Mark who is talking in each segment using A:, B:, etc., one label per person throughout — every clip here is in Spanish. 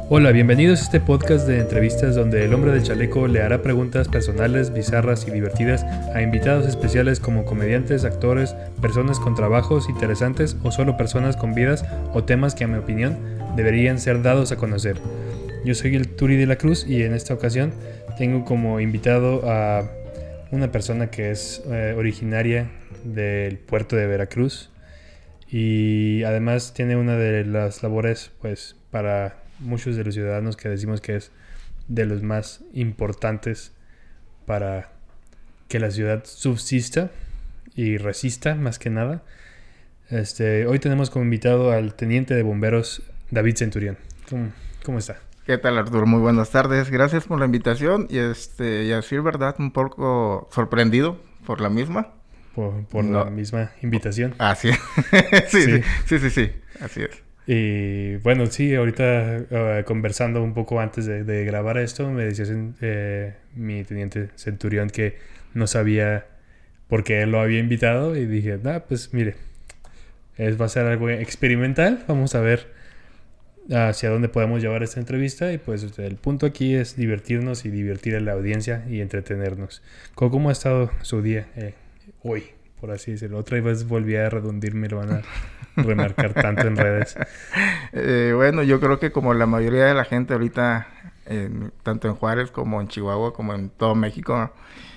A: Hola, bienvenidos a este podcast de entrevistas donde el hombre del chaleco le hará preguntas personales, bizarras y divertidas a invitados especiales como comediantes, actores, personas con trabajos interesantes o solo personas con vidas o temas que a mi opinión deberían ser dados a conocer. Yo soy el Turi de la Cruz y en esta ocasión tengo como invitado a una persona que es originaria del puerto de Veracruz y además tiene una de las labores pues para muchos de los ciudadanos que decimos que es de los más importantes para que la ciudad subsista y resista más que nada. Hoy tenemos como invitado al teniente de bomberos David Centurión. ¿Cómo está?
B: ¿Qué tal, Arturo? Muy buenas tardes. Gracias por la invitación y a decir verdad, un poco sorprendido por la misma.
A: Por la misma invitación.
B: Así es. Sí. Así es.
A: Y bueno, sí, ahorita conversando un poco antes de grabar esto, me decía mi teniente Centurión que no sabía por qué él lo había invitado y dije, pues mire, va a ser algo experimental, vamos a ver hacia dónde podemos llevar esta entrevista y pues el punto aquí es divertirnos y divertir a la audiencia y entretenernos. ¿Cómo ha estado su día hoy, por así decirlo? Otra vez volví a redundirme, lo van a remarcar tanto en redes.
B: Bueno, yo creo que como la mayoría de la gente ahorita, tanto en Juárez como en Chihuahua, como en todo México,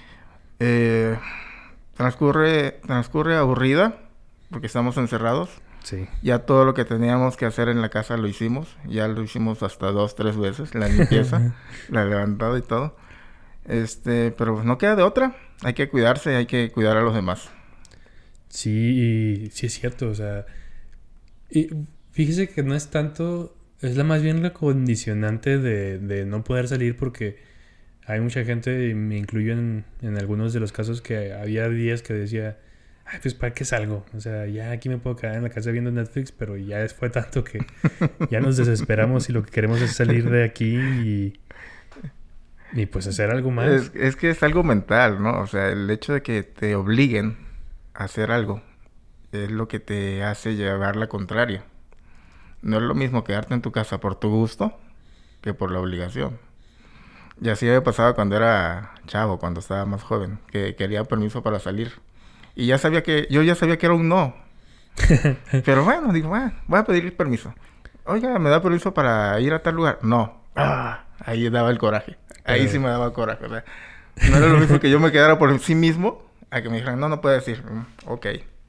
B: transcurre aburrida porque estamos encerrados.
A: Sí.
B: Ya todo lo que teníamos que hacer en la casa lo hicimos. Ya lo hicimos hasta 2-3 veces. La limpieza, la levantada y todo. Pero pues no queda de otra. Hay que cuidarse, hay que cuidar a los demás.
A: Sí, sí es cierto, o sea... Y fíjese que no es tanto... Es más bien la condicionante de no poder salir porque hay mucha gente, y me incluyo en algunos de los casos, que había días que decía... Ay, pues ¿para qué salgo? O sea, ya aquí me puedo quedar en la casa viendo Netflix, pero ya fue tanto que ya nos desesperamos y lo que queremos es salir de aquí y pues hacer algo más.
B: Es que es algo mental, ¿no? O sea, el hecho de que te obliguen a hacer algo es lo que te hace llevar la contraria. No es lo mismo quedarte en tu casa por tu gusto que por la obligación. Y así me pasaba cuando era chavo, cuando estaba más joven, que quería permiso para salir. Y yo ya sabía que era un no. Pero bueno, digo, voy a pedir permiso. Oiga, ¿me da permiso para ir a tal lugar? No. Ahí daba el coraje. Ahí sí me daba coraje. O sea, no era lo mismo que yo me quedara por sí mismo a que me dijeran, no puedes ir. Ok.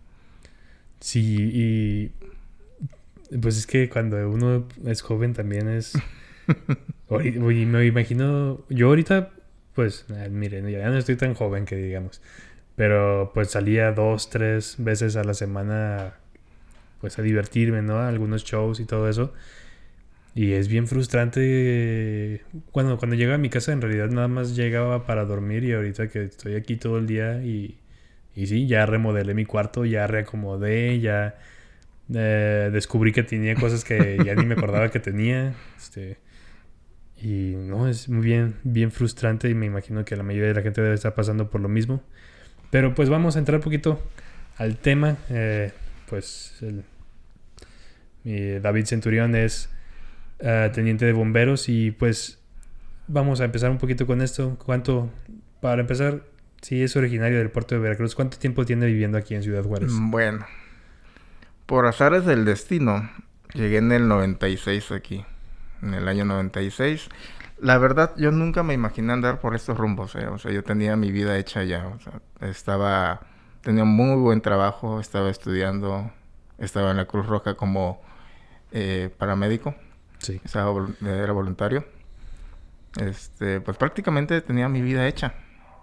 A: Sí, y pues es que cuando uno es joven también es... Y me imagino... Yo ahorita, pues, miren, ya no estoy tan joven que digamos... Pero pues salía 2-3 veces a la semana pues a divertirme, ¿no? A algunos shows y todo eso. Y es bien frustrante. Cuando llego a mi casa en realidad nada más llegaba para dormir y ahorita que estoy aquí todo el día y sí, ya remodelé mi cuarto, ya reacomodé, ya descubrí que tenía cosas que ya ni me acordaba que tenía. Y no, es muy bien frustrante y me imagino que la mayoría de la gente debe estar pasando por lo mismo. Pero pues vamos a entrar un poquito al tema. David Centurión es teniente de bomberos y pues vamos a empezar un poquito con esto. Para empezar, si es originario del puerto de Veracruz, ¿cuánto tiempo tiene viviendo aquí en Ciudad Juárez?
B: Bueno, por azares del destino, llegué en el 96 aquí, en el año 96. La verdad, yo nunca me imaginé andar por estos rumbos, O sea, yo tenía mi vida hecha ya, o sea, tenía un muy buen trabajo, estaba estudiando, estaba en la Cruz Roja como paramédico.
A: Sí.
B: Era voluntario. Pues prácticamente tenía mi vida hecha.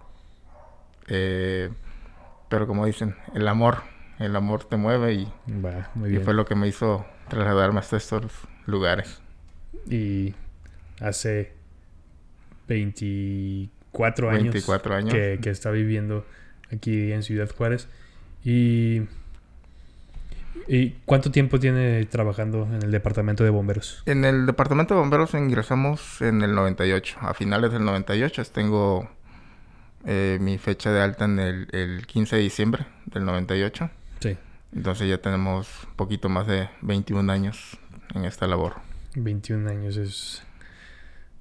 B: Pero como dicen, el amor te mueve y fue lo que me hizo trasladarme hasta estos lugares.
A: Y hace 24 años que está viviendo aquí en Ciudad Juárez. ¿Y cuánto tiempo tiene trabajando en el departamento de bomberos?
B: En el departamento de bomberos ingresamos en el 98. A finales del 98 tengo mi fecha de alta en el 15 de diciembre del 98.
A: Sí.
B: Entonces ya tenemos poquito más de 21 años en esta labor.
A: 21 años es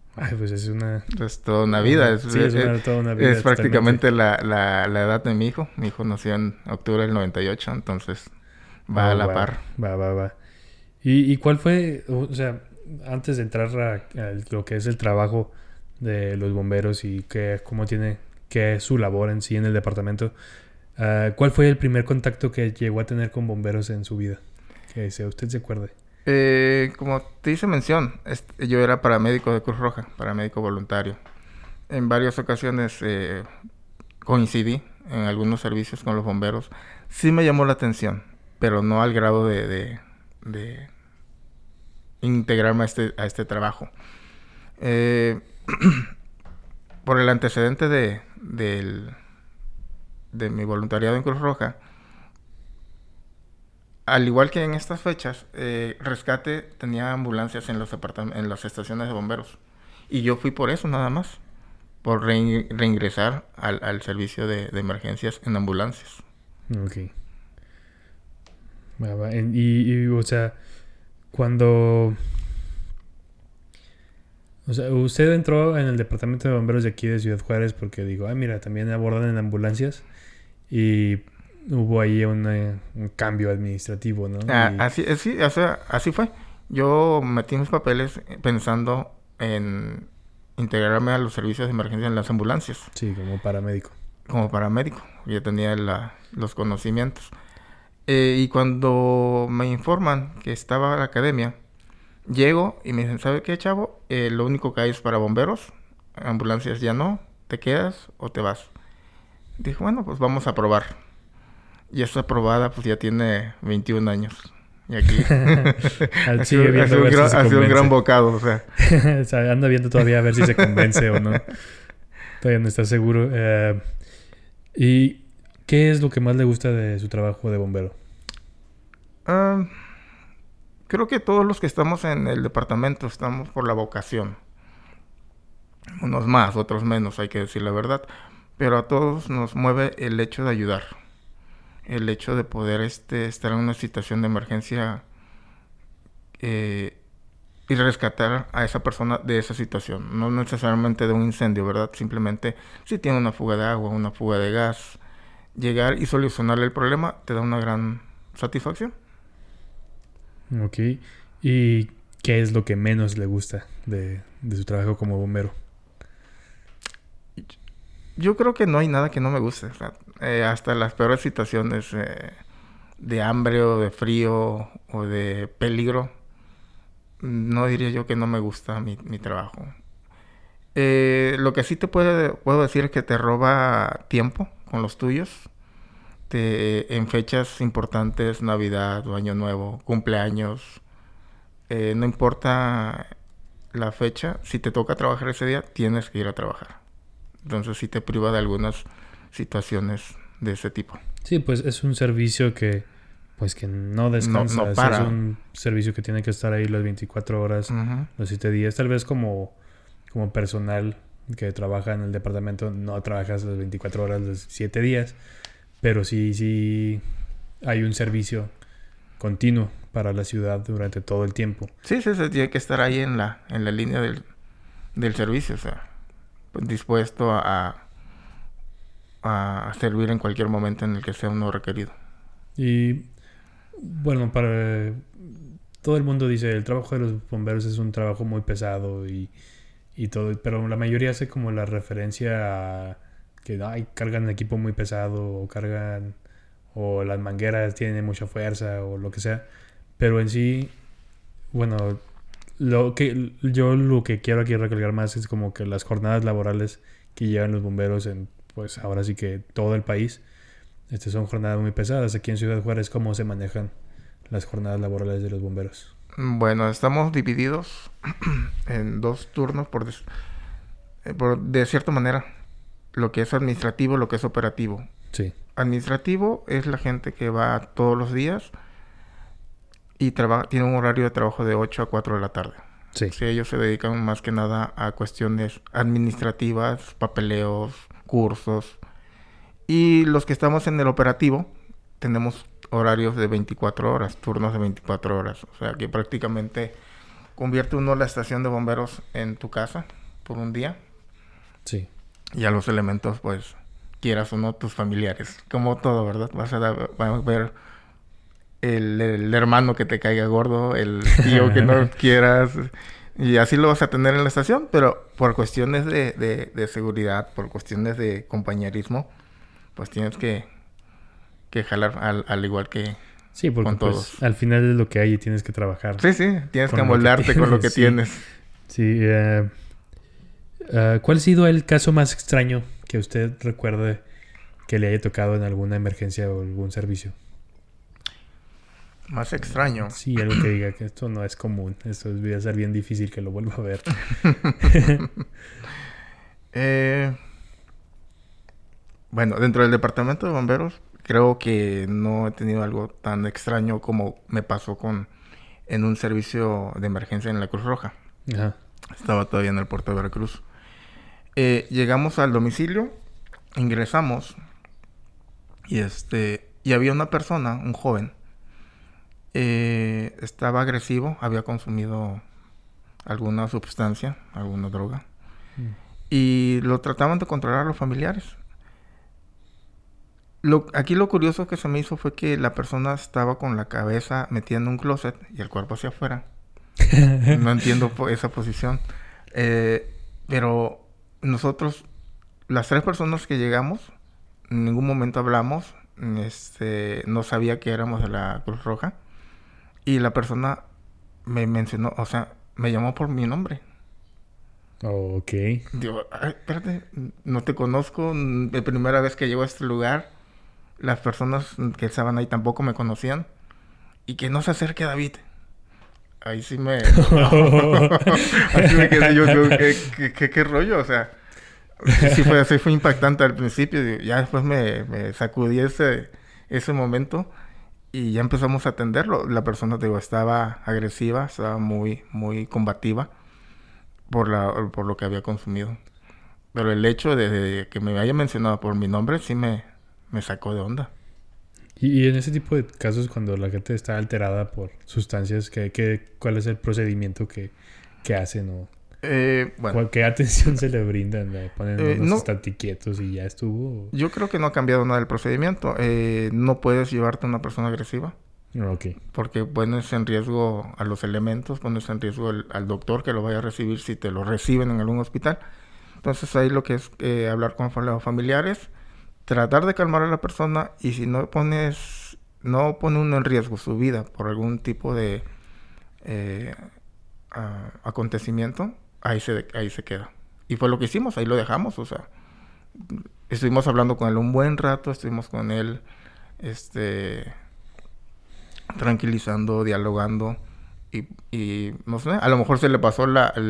A: Ay, pues es una...
B: Es toda una vida.
A: Sí, es toda una vida.
B: Es prácticamente la edad de mi hijo. Mi hijo nació en octubre del 98, entonces va a la par.
A: Va. ¿Y cuál fue, o sea, antes de entrar a lo que es el trabajo de los bomberos y cómo tiene, qué es su labor en sí en el departamento, cuál fue el primer contacto que llegó a tener con bomberos en su vida? Que usted se acuerde.
B: Como te hice mención, yo era paramédico de Cruz Roja, paramédico voluntario. En varias ocasiones coincidí en algunos servicios con los bomberos. Sí me llamó la atención, pero no al grado de integrarme a este trabajo. Por el antecedente de mi voluntariado en Cruz Roja, al igual que en estas fechas, Rescate tenía ambulancias en las estaciones de bomberos. Y yo fui por eso nada más, por reingresar al servicio de emergencias en ambulancias.
A: Ok. Y o sea, cuando... O sea, usted entró en el departamento de bomberos de aquí de Ciudad Juárez porque digo, mira, también abordan en ambulancias y hubo ahí un cambio administrativo, ¿no?
B: Así fue. Yo metí mis papeles pensando en integrarme a los servicios de emergencia en las ambulancias.
A: Sí, como paramédico.
B: Como paramédico. Ya tenía los conocimientos. Y cuando me informan que estaba la academia, llego y me dicen, ¿sabe qué, chavo? Lo único que hay es para bomberos. Ambulancias ya no. ¿Te quedas o te vas? Dije, bueno, pues vamos a probar. Y esta aprobada pues ya tiene 21 años. Y aquí ha sido un gran bocado. O sea.
A: O sea, anda viendo todavía a ver si se convence o no. Todavía no está seguro. ¿Y qué es lo que más le gusta de su trabajo de bombero?
B: Creo que todos los que estamos en el departamento estamos por la vocación. Unos más, otros menos, hay que decir la verdad. Pero a todos nos mueve el hecho de ayudar. El hecho de poder estar en una situación de emergencia y rescatar a esa persona de esa situación. No necesariamente de un incendio, ¿verdad? Simplemente si tiene una fuga de agua, una fuga de gas, llegar y solucionarle el problema te da una gran satisfacción.
A: Ok. ¿Y qué es lo que menos le gusta de su trabajo como bombero?
B: Yo creo que no hay nada que no me guste. O sea, hasta las peores situaciones de hambre o de frío o de peligro, no diría yo que no me gusta mi trabajo. Lo que sí puedo decir es que te roba tiempo con los tuyos. En fechas importantes, Navidad o Año Nuevo, cumpleaños, no importa la fecha, si te toca trabajar ese día, tienes que ir a trabajar. Entonces sí te priva de algunas situaciones de ese tipo.
A: Sí, pues es un servicio que no descansa.
B: No para.
A: Es un servicio que tiene que estar ahí las 24 horas, los 7 días. Tal vez como personal que trabaja en el departamento no trabajas las 24 horas, los 7 días. Pero sí hay un servicio continuo para la ciudad durante todo el tiempo.
B: Sí, se tiene que estar ahí en la línea del servicio, o sea, pues dispuesto a servir en cualquier momento en el que sea uno requerido.
A: Y bueno, para todo el mundo dice el trabajo de los bomberos es un trabajo muy pesado y todo, pero la mayoría hace como la referencia a que cargan equipo muy pesado o las mangueras tienen mucha fuerza o lo que sea, pero en sí, bueno, lo que quiero aquí recalcar más es como que las jornadas laborales que llevan los bomberos en, pues ahora sí que todo el país, son jornadas muy pesadas. Aquí en Ciudad Juárez, ¿cómo se manejan las jornadas laborales de los bomberos?
B: Bueno, estamos divididos en 2 turnos de cierta manera. Lo que es administrativo, lo que es operativo.
A: Sí.
B: Administrativo es la gente que va todos los días y tiene un horario de trabajo de 8 a 4 de la tarde.
A: Sí.
B: Sí, ellos se dedican más que nada a cuestiones administrativas, papeleos, cursos. Y los que estamos en el operativo tenemos horarios de 24 horas, turnos de 24 horas. O sea que prácticamente convierte uno la estación de bomberos en tu casa. por un día.
A: Sí.
B: Y a los elementos, pues, quieras o no, tus familiares. Como va a ver el hermano que te caiga gordo, el tío que no quieras. Y así lo vas a tener en la estación, pero por cuestiones de seguridad, por cuestiones de compañerismo, pues tienes que jalar al igual que
A: Sí, porque
B: con
A: pues
B: todos.
A: al final es lo que hay y tienes que trabajar.
B: Sí, tienes que
A: Con lo que
B: amoldarte con lo que
A: tienes,
B: tienes.
A: Sí. ¿Cuál ha sido el caso más extraño que usted recuerde que le haya tocado en alguna emergencia o algún servicio?
B: Más extraño.
A: Sí, algo que diga que esto no es común. Esto voy a ser bien difícil que lo vuelva a ver.
B: Bueno, dentro del departamento de bomberos, creo que no he tenido algo tan extraño como me pasó en un servicio de emergencia en la Cruz Roja.
A: Ajá.
B: Estaba todavía en el puerto de Veracruz. Llegamos al domicilio, ingresamos y había una persona, un joven, estaba agresivo, había consumido alguna sustancia, alguna droga, y lo trataban de controlar los familiares. Aquí lo curioso que se me hizo fue que la persona estaba con la cabeza metida en un closet y el cuerpo hacia afuera. No entiendo esa posición. Pero nosotros, las 3 personas que llegamos, en ningún momento hablamos. No sabía que éramos de la Cruz Roja. Y la persona me mencionó, o sea, me llamó por mi nombre.
A: Oh, ok.
B: Digo, ay, espérate, no te conozco. La primera vez que llego a este lugar, las personas que estaban ahí tampoco me conocían. Y que no se acerque David. Ahí sí me... Así me quedé yo, ¿qué rollo? O sea, sí fue impactante al principio. Ya después me sacudí ese momento y ya empezamos a atenderlo. La persona, digo, estaba agresiva, estaba muy, muy combativa por lo que había consumido. Pero el hecho de que me haya mencionado por mi nombre sí me sacó de onda.
A: Y en ese tipo de casos, cuando la gente está alterada por sustancias, ¿cuál es el procedimiento que hacen? ¿O
B: Bueno,
A: qué atención se le brindan? ¿Le ponen unos
B: no,
A: estantiquietos y ya estuvo?
B: yo creo que no ha cambiado nada el procedimiento. No puedes llevarte a una persona agresiva.
A: Ok.
B: Porque pones en riesgo a los elementos, pones en riesgo al doctor que lo vaya a recibir si te lo reciben en algún hospital. Entonces ahí lo que es hablar con los familiares, tratar de calmar a la persona y si no pone uno en riesgo su vida por algún tipo de acontecimiento, ahí se queda. Y fue lo que hicimos, ahí lo dejamos, o sea, estuvimos hablando con él un buen rato, estuvimos con él, tranquilizando, dialogando y no sé, a lo mejor se le pasó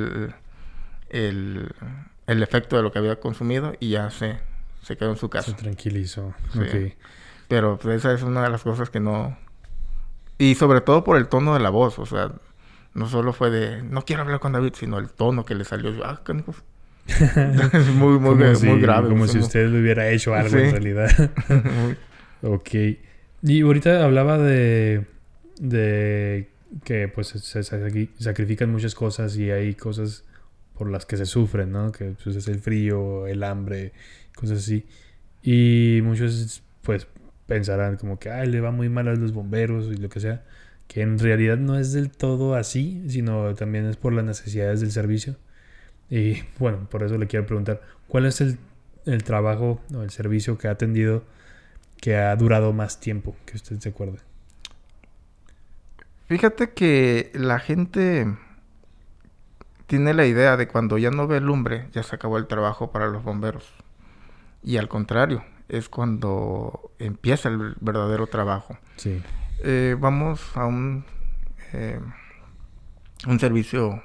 B: el efecto de lo que había consumido y ya se quedó en su casa.
A: Se tranquilizó.
B: Sí.
A: Ok.
B: Pero pues, esa es una de las cosas que no... Y sobre todo por el tono de la voz, o sea, no solo fue de no quiero hablar con David, sino el tono que le salió. Canijos. Es muy grave.
A: Como si usted le hubiera hecho algo en realidad. Ok. Y ahorita hablaba de que pues se sacrifican muchas cosas y hay cosas por las que se sufren, ¿no? Que pues, es el frío, el hambre, cosas así. Y muchos pues pensarán como que le va muy mal a los bomberos y lo que sea. Que en realidad no es del todo así, sino también es por las necesidades del servicio. Y bueno, por eso le quiero preguntar, ¿cuál es el trabajo o el servicio que ha atendido que ha durado más tiempo que usted se acuerde?
B: Fíjate que la gente tiene la idea de cuando ya no ve lumbre, ya se acabó el trabajo para los bomberos. Y al contrario, es cuando empieza el verdadero trabajo.
A: Sí.
B: Vamos a un servicio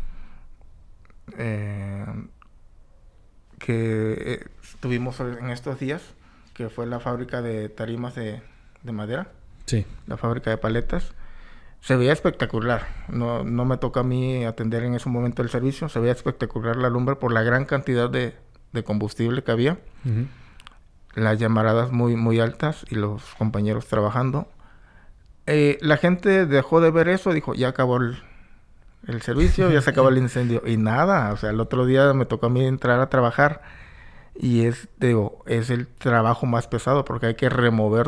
B: que tuvimos en estos días, que fue la fábrica de tarimas de madera.
A: Sí.
B: La fábrica de paletas. Se veía espectacular. No me toca a mí atender en ese momento el servicio. Se veía espectacular la lumbre por la gran cantidad de combustible que había.
A: Uh-huh.
B: Las llamaradas muy, muy altas y los compañeros trabajando. La gente dejó de ver eso, dijo, ya acabó el servicio, ya se acabó el incendio. Y nada, o sea, el otro día me tocó a mí entrar a trabajar y es el trabajo más pesado porque hay que remover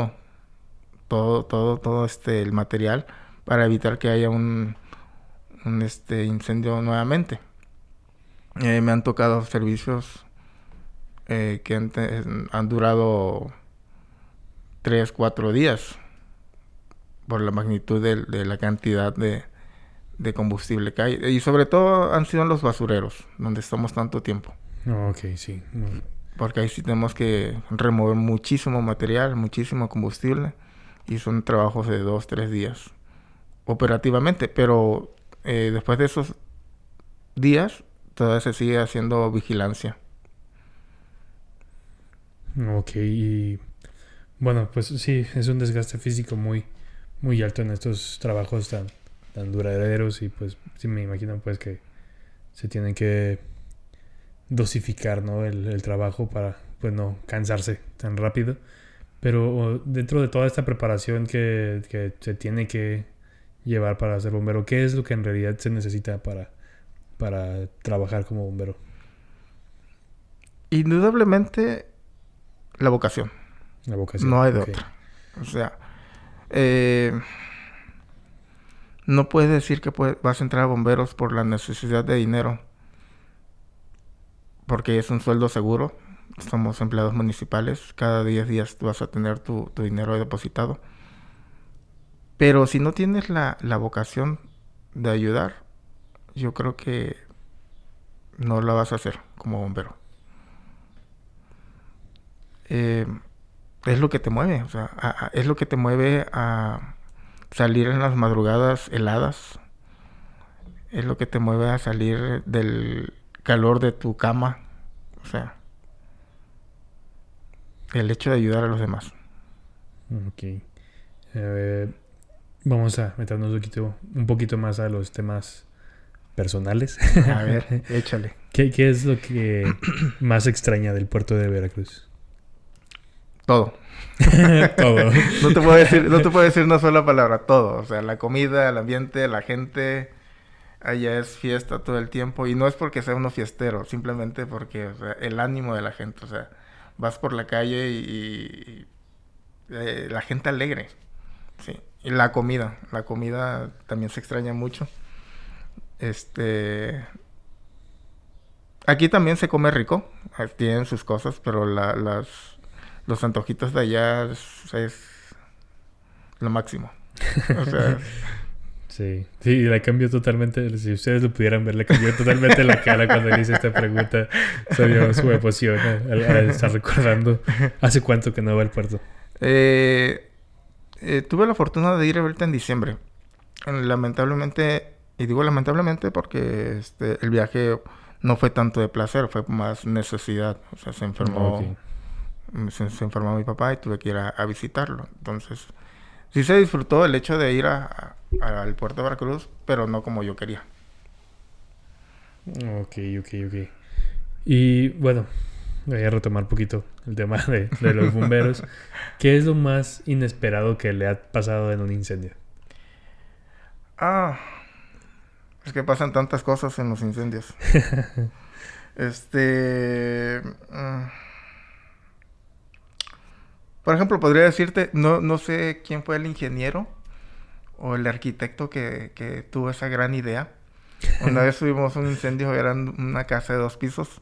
B: todo el material para evitar que haya un incendio nuevamente. Me han tocado servicios que han durado 3, 4 días por la magnitud de la cantidad de combustible que hay. Y sobre todo han sido en los basureros, donde estamos tanto tiempo.
A: Ok, sí.
B: Porque ahí sí tenemos que remover muchísimo material, muchísimo combustible. Y son trabajos de 2, 3 días operativamente. Pero después de esos días, todavía se sigue haciendo vigilancia.
A: Ok, y bueno, pues sí, es un desgaste físico muy, muy alto en estos trabajos tan duraderos y pues sí me imagino pues que se tienen que dosificar, ¿no? El trabajo para pues no cansarse tan rápido. Pero dentro de toda esta preparación que se tiene que llevar para ser bombero, ¿qué es lo que en realidad se necesita para trabajar como bombero?
B: Indudablemente la vocación.
A: La vocación.
B: No hay de
A: Ok.
B: otra. O sea, eh, no puedes decir que vas a entrar a bomberos por la necesidad de dinero, porque es un sueldo seguro. Somos empleados municipales. Cada 10 días tú vas a tener tu dinero depositado. Pero si no tienes la vocación de ayudar, yo creo que no la vas a hacer como bombero. Eh, es lo que te mueve, o sea, es lo que te mueve a salir en las madrugadas heladas, es lo que te mueve a salir del calor de tu cama, o sea, el hecho de ayudar a los demás.
A: Ok. Vamos a meternos un poquito más a los temas personales.
B: A ver, échale.
A: ¿Qué es lo que más extraña del puerto de Veracruz?
B: Todo.
A: Todo.
B: No te puedo decir una sola palabra, todo. O sea, la comida, el ambiente, la gente. Allá es fiesta todo el tiempo. Y no es porque sea uno fiestero, simplemente porque, o sea, el ánimo de la gente. O sea, vas por la calle y la gente alegre. Sí. Y la comida también se extraña mucho. Aquí también se come rico. Tienen sus cosas, pero los antojitos de allá es lo máximo. O sea,
A: Sí, la cambió totalmente. Si ustedes lo pudieran ver, le cambió totalmente la cara cuando le hice esta pregunta. Se vio su emoción al estar recordando hace cuánto que no va al puerto.
B: tuve la fortuna de ir ahorita en diciembre. Lamentablemente, y digo lamentablemente porque el viaje no fue tanto de placer, fue más necesidad. O sea, se enfermó,
A: Ok.
B: se enfermó mi papá y tuve que ir a visitarlo. Entonces, sí se disfrutó el hecho de ir al puerto de Veracruz, pero no como yo quería.
A: Ok. Y bueno, voy a retomar un poquito el tema de los bomberos. ¿Qué es lo más inesperado que le ha pasado en un incendio?
B: Ah, es que pasan tantas cosas en los incendios. mm, Por ejemplo, podría decirte, no sé quién fue el ingeniero o el arquitecto que tuvo esa gran idea. Una vez tuvimos un incendio, era en una casa de 2 pisos.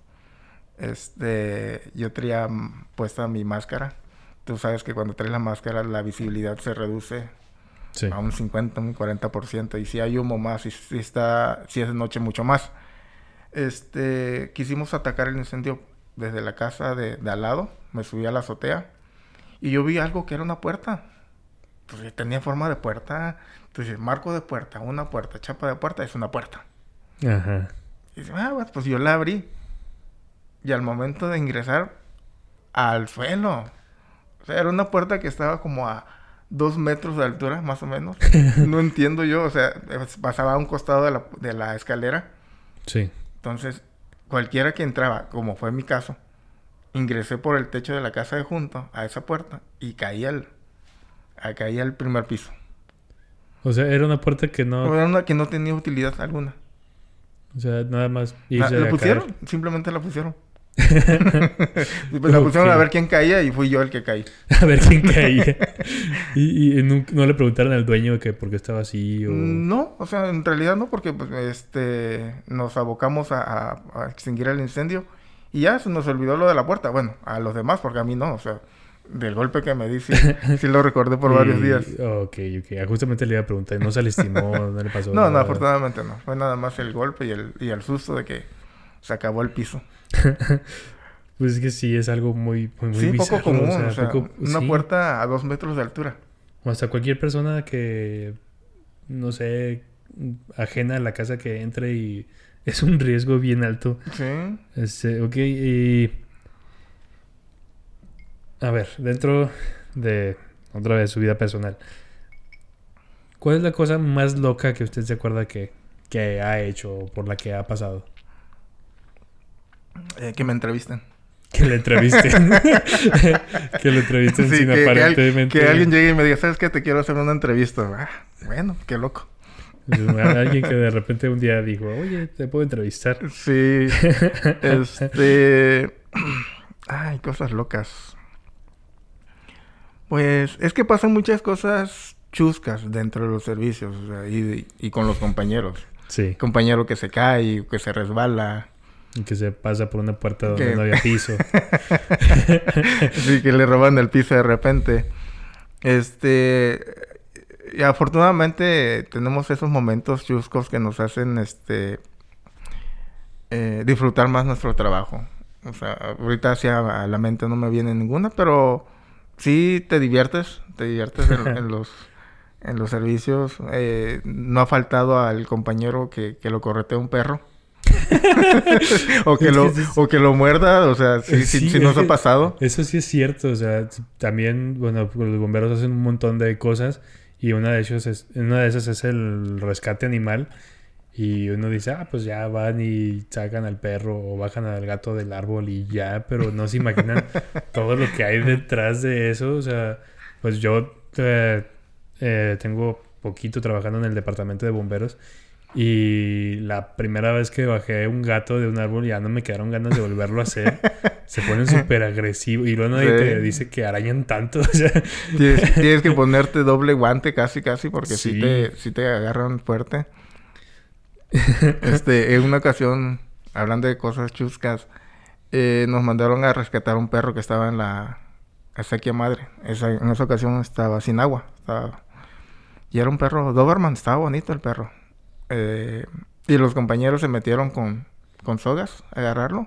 B: Yo traía puesta mi máscara. Tú sabes que cuando traes la máscara la visibilidad se reduce
A: Sí.
B: a un 50, un 40%. Y si hay humo más, y si es de noche mucho más. Quisimos atacar el incendio desde la casa de al lado. Me subí a la azotea y yo vi algo que era una puerta. Pues tenía forma de puerta. Entonces, marco de puerta, una puerta, chapa de puerta, es una puerta.
A: Ajá.
B: Y dice, bueno, pues yo la abrí. Y al momento de ingresar al suelo, o sea, era una puerta que estaba como a 2 metros de altura, más o menos. No entiendo yo, o sea, pasaba a un costado de la escalera.
A: Sí.
B: Entonces, cualquiera que entraba, como fue mi caso, ingresé por el techo de la casa de junto a esa puerta y caí al primer piso.
A: O sea, era una puerta que no...
B: Era una que no tenía utilidad alguna.
A: O sea, nada más irse
B: ¿La
A: a
B: pusieron?
A: caer.
B: Simplemente la pusieron. Y pues la pusieron
A: Ok.
B: a ver quién caía y fui yo el que caí.
A: A ver quién caía. No le preguntaron al dueño que por qué estaba así o...
B: No, o sea, en realidad no, porque pues, nos abocamos a extinguir el incendio y ya se nos olvidó lo de la puerta. Bueno, a los demás, porque a mí no, o sea, del golpe que me di, sí, sí lo recordé por varios días.
A: Ok. Justamente le iba a preguntar. ¿No se lastimó? ¿No le pasó
B: No,
A: nada?
B: afortunadamente no. Fue nada más el golpe y el susto de que se acabó el piso.
A: Pues es que sí, es algo muy
B: Sí,
A: bizarro.
B: poco común,
A: O sea,
B: una
A: sí.
B: puerta a 2 metros de altura.
A: O hasta cualquier persona que, no sé, ajena a la casa que entre y es un riesgo bien alto.
B: Sí.
A: Ok, y... A ver, dentro de, otra vez, su vida personal. ¿Cuál es la cosa más loca que usted se acuerda que ha hecho o por la que ha pasado?
B: Que me entrevisten.
A: Que le entrevisten. Que lo entrevisten
B: Sí,
A: sin aparentemente...
B: que alguien llegue y me diga, ¿sabes qué? Te quiero hacer una entrevista. Ah, bueno, qué loco.
A: Alguien que de repente un día dijo, oye, ¿te puedo entrevistar?
B: Sí. Ay, cosas locas. Pues es que pasan muchas cosas chuscas dentro de los servicios, o sea, y con los compañeros.
A: Sí.
B: Compañero que se cae, que se resbala.
A: Y que se pasa por una puerta donde
B: Que-
A: no había piso.
B: Sí, que le roban el piso de repente. Y afortunadamente tenemos esos momentos chuscos que nos hacen disfrutar más nuestro trabajo. O sea, ahorita hacia la mente no me viene ninguna, pero sí te diviertes en los servicios. No ha faltado al compañero que lo corretea un perro. O que lo muerda, o sea, sí nos ha pasado.
A: Eso sí es cierto, o sea, también, bueno, los bomberos hacen un montón de cosas y una de esas es el rescate animal y uno dice, pues ya van y sacan al perro o bajan al gato del árbol y ya, pero no se imaginan todo lo que hay detrás de eso, o sea, pues yo tengo poquito trabajando en el departamento de bomberos. Y la primera vez que bajé un gato de un árbol ya no me quedaron ganas de volverlo a hacer. Se ponen súper agresivos. Y luego nadie te dice que arañan tanto. O sea...
B: Tienes que ponerte doble guante casi, porque
A: Sí.
B: sí te agarran fuerte. En una ocasión, hablando de cosas chuscas, nos mandaron a rescatar un perro que estaba en la acequia madre. En esa ocasión estaba sin agua. Y era un perro Doberman, estaba bonito el perro. Y los compañeros se metieron con sogas a agarrarlo.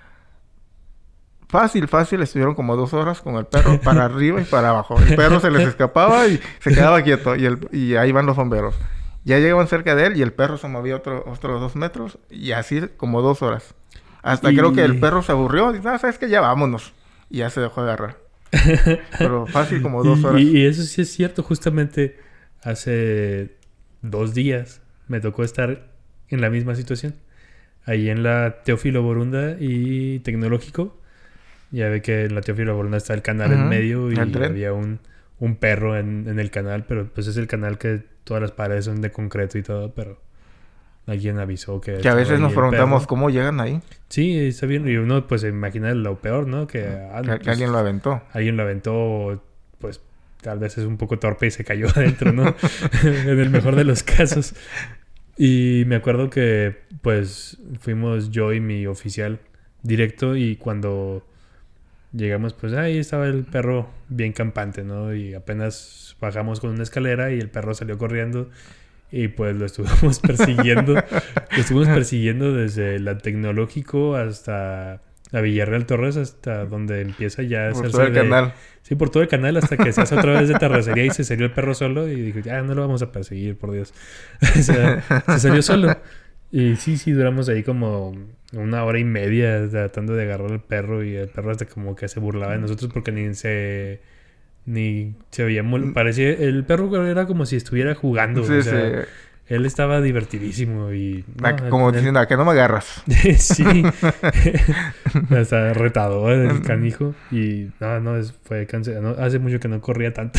B: Fácil, estuvieron como 2 horas con el perro para arriba y para abajo. El perro se les escapaba y se quedaba quieto. Y ahí van los bomberos. Ya llegaban cerca de él y el perro se movía otros 2 metros. Y así como 2 horas. Hasta creo que el perro se aburrió. Y dice, sabes que ya vámonos. Y ya se dejó agarrar. Pero fácil como 2 horas.
A: Y eso sí es cierto. Justamente hace 2 días me tocó estar en la misma situación. Ahí en la Teófilo Borunda y Tecnológico. Ya ve que en la Teófilo Borunda está el canal en medio y había un perro en el canal, pero pues es el canal que todas las paredes son de concreto y todo, pero alguien avisó que
B: a veces nos preguntamos
A: perro.
B: ¿Cómo llegan ahí?
A: Sí, está bien. Y uno pues se imagina lo peor, ¿no? Que
B: Que alguien lo aventó.
A: Alguien lo aventó, pues tal vez es un poco torpe y se cayó adentro, ¿no? En el mejor de los casos. Y me acuerdo que pues fuimos yo y mi oficial directo y cuando llegamos pues ahí estaba el perro bien campante, ¿no? Y apenas bajamos con una escalera y el perro salió corriendo y pues lo estuvimos persiguiendo. Lo estuvimos persiguiendo desde la Tecnológico hasta la Villarreal Torres, hasta donde empieza ya a
B: por
A: hacerse
B: todo el canal.
A: Sí, por todo el canal hasta que se hace otra vez de terracería y se salió el perro solo y dijo, ya no lo vamos a perseguir, por Dios. O sea, se salió solo. Y sí, duramos ahí como 1 hora y media tratando de agarrar al perro y el perro hasta como que se burlaba de nosotros porque ni se veía parecía, el perro era como si estuviera jugando.
B: Sí,
A: o sea, él estaba divertidísimo y...
B: Como diciendo, ¿a que no me agarras?
A: Sí. Hasta retador el canijo. Y fue cansado. Hace mucho que no corría tanto.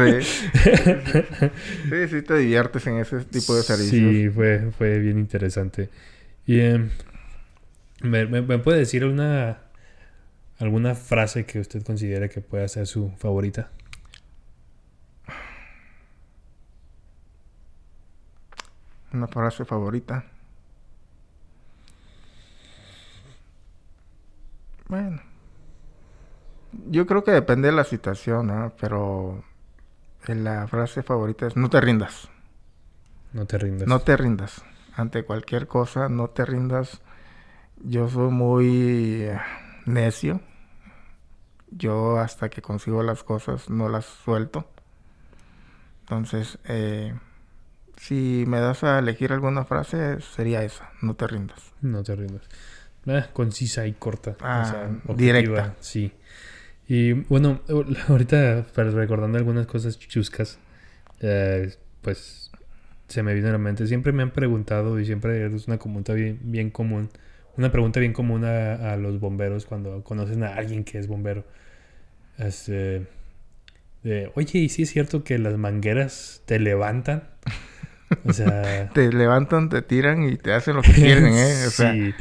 B: Sí, te diviertes en ese tipo de servicios.
A: Sí, fue bien interesante. Y ¿me puede decir alguna frase que usted considere que pueda ser su favorita?
B: Una frase favorita. Bueno, yo creo que depende de la situación, ¿no? Pero la frase favorita es: no te rindas.
A: No te rindas.
B: No te rindas. Ante cualquier cosa, no te rindas. Yo soy muy necio. Yo hasta que consigo las cosas no las suelto. Entonces, si me das a elegir alguna frase, sería esa: no te rindas.
A: No te rindas. Concisa y corta.
B: Directa.
A: Sí. Y bueno, ahorita recordando algunas cosas chuscas, pues se me vino a la mente. Siempre me han preguntado, y siempre es una pregunta bien común. Una pregunta bien común a los bomberos cuando conocen a alguien que es bombero. Oye, ¿y sí es cierto que las mangueras te levantan? O sea...
B: te levantan, te tiran y te hacen lo que quieren, ¿eh? O sea,
A: sí.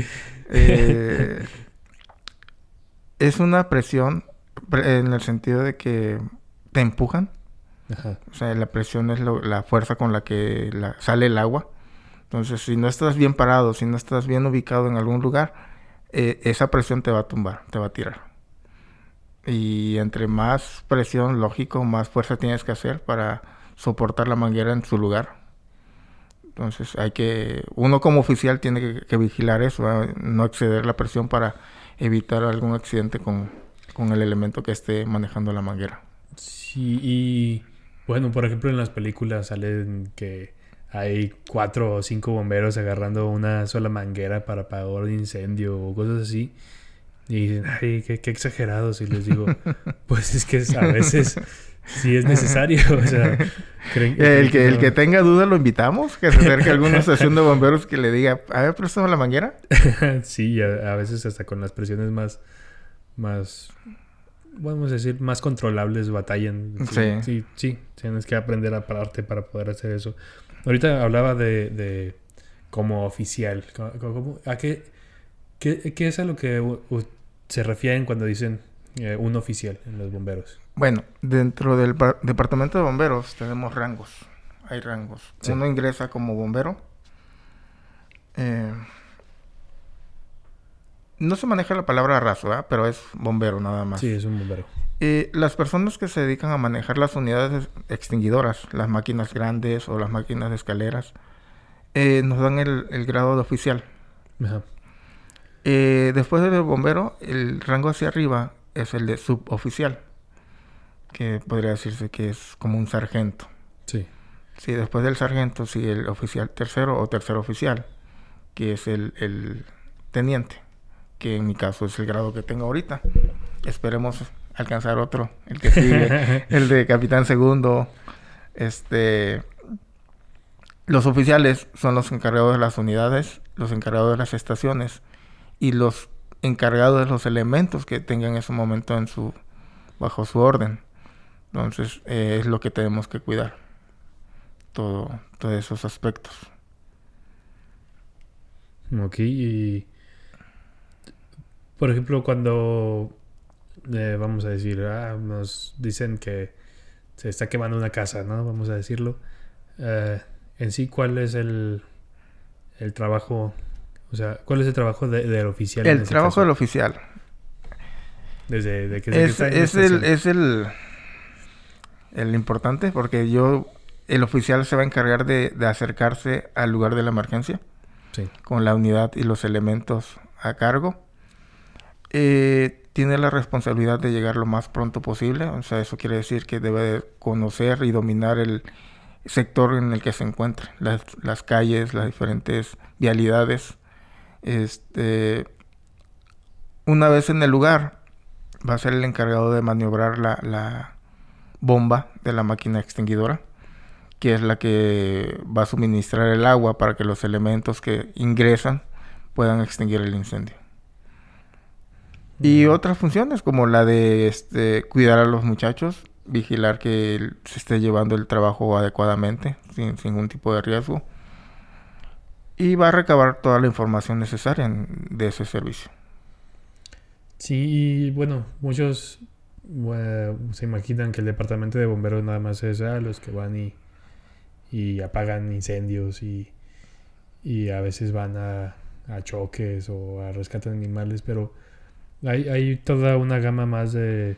B: Es una presión en el sentido de que te empujan.
A: Ajá.
B: O sea, la presión es la fuerza con la que sale el agua. Entonces, si no estás bien parado, si no estás bien ubicado en algún lugar, esa presión te va a tumbar, te va a tirar. Y entre más presión, lógico, más fuerza tienes que hacer para soportar la manguera en su lugar. Entonces, uno como oficial tiene que vigilar eso, ¿verdad? No exceder la presión para evitar algún accidente con el elemento que esté manejando la manguera.
A: Sí, y bueno, por ejemplo, en las películas salen que hay 4 o 5 bomberos agarrando una sola manguera para apagar un incendio o cosas así. Y dicen, ay, qué exagerados. Y les digo, pues es que a veces sí es necesario. O sea,
B: el que tenga duda lo invitamos, que se acerque a alguna estación de bomberos que le diga, a ver, préstame la manguera.
A: Sí, a veces hasta con las presiones más, vamos a decir, más controlables batallan. Sí, tienes que aprender a pararte para poder hacer eso. Ahorita hablaba de como oficial. ¿A qué es a lo que se refieren cuando dicen un oficial en los bomberos?
B: Bueno, dentro del departamento de bomberos tenemos rangos. Hay rangos. Sí. Uno ingresa como bombero. No se maneja la palabra raso, ¿verdad? Pero es bombero nada más.
A: Sí, es un bombero.
B: Las personas que se dedican a manejar las unidades extinguidoras, las máquinas grandes o las máquinas de escaleras, nos dan el grado de oficial.
A: Ajá.
B: Después del bombero, el rango hacia arriba es el de suboficial, que podría decirse que es como un sargento.
A: Sí.
B: Sí, después del sargento sigue el oficial tercero o tercer oficial, que es el teniente, que en mi caso es el grado que tengo ahorita. Esperemos alcanzar otro, el que sigue, el de capitán segundo. Los oficiales son los encargados de las unidades, los encargados de las estaciones y los encargados de los elementos que tengan en ese momento bajo su orden. Entonces, es lo que tenemos que cuidar. Todos esos aspectos.
A: Ok, y por ejemplo, cuando vamos a decir, nos dicen que se está quemando una casa, ¿no? Vamos a decirlo. En sí, ¿cuál es el trabajo? O sea, ¿cuál es el trabajo del oficial?
B: El trabajo del oficial.
A: Desde que
B: es el importante, porque el oficial se va a encargar de acercarse al lugar de la emergencia.
A: Sí.
B: Con la unidad y los elementos a cargo. Tiene la responsabilidad de llegar lo más pronto posible. O sea, eso quiere decir que debe de conocer y dominar el sector en el que se encuentre, las calles, las diferentes vialidades. Una vez en el lugar, va a ser el encargado de maniobrar la bomba de la máquina extinguidora que es la que va a suministrar el agua para que los elementos que ingresan puedan extinguir el incendio. Y otras funciones como la de cuidar a los muchachos, vigilar que se esté llevando el trabajo adecuadamente, sin ningún tipo de riesgo. Y va a recabar toda la información necesaria de ese servicio.
A: Sí, y bueno, muchos se imaginan que el departamento de bomberos nada más es los que van y apagan incendios y a veces van a choques o a rescatar animales, pero hay toda una gama más de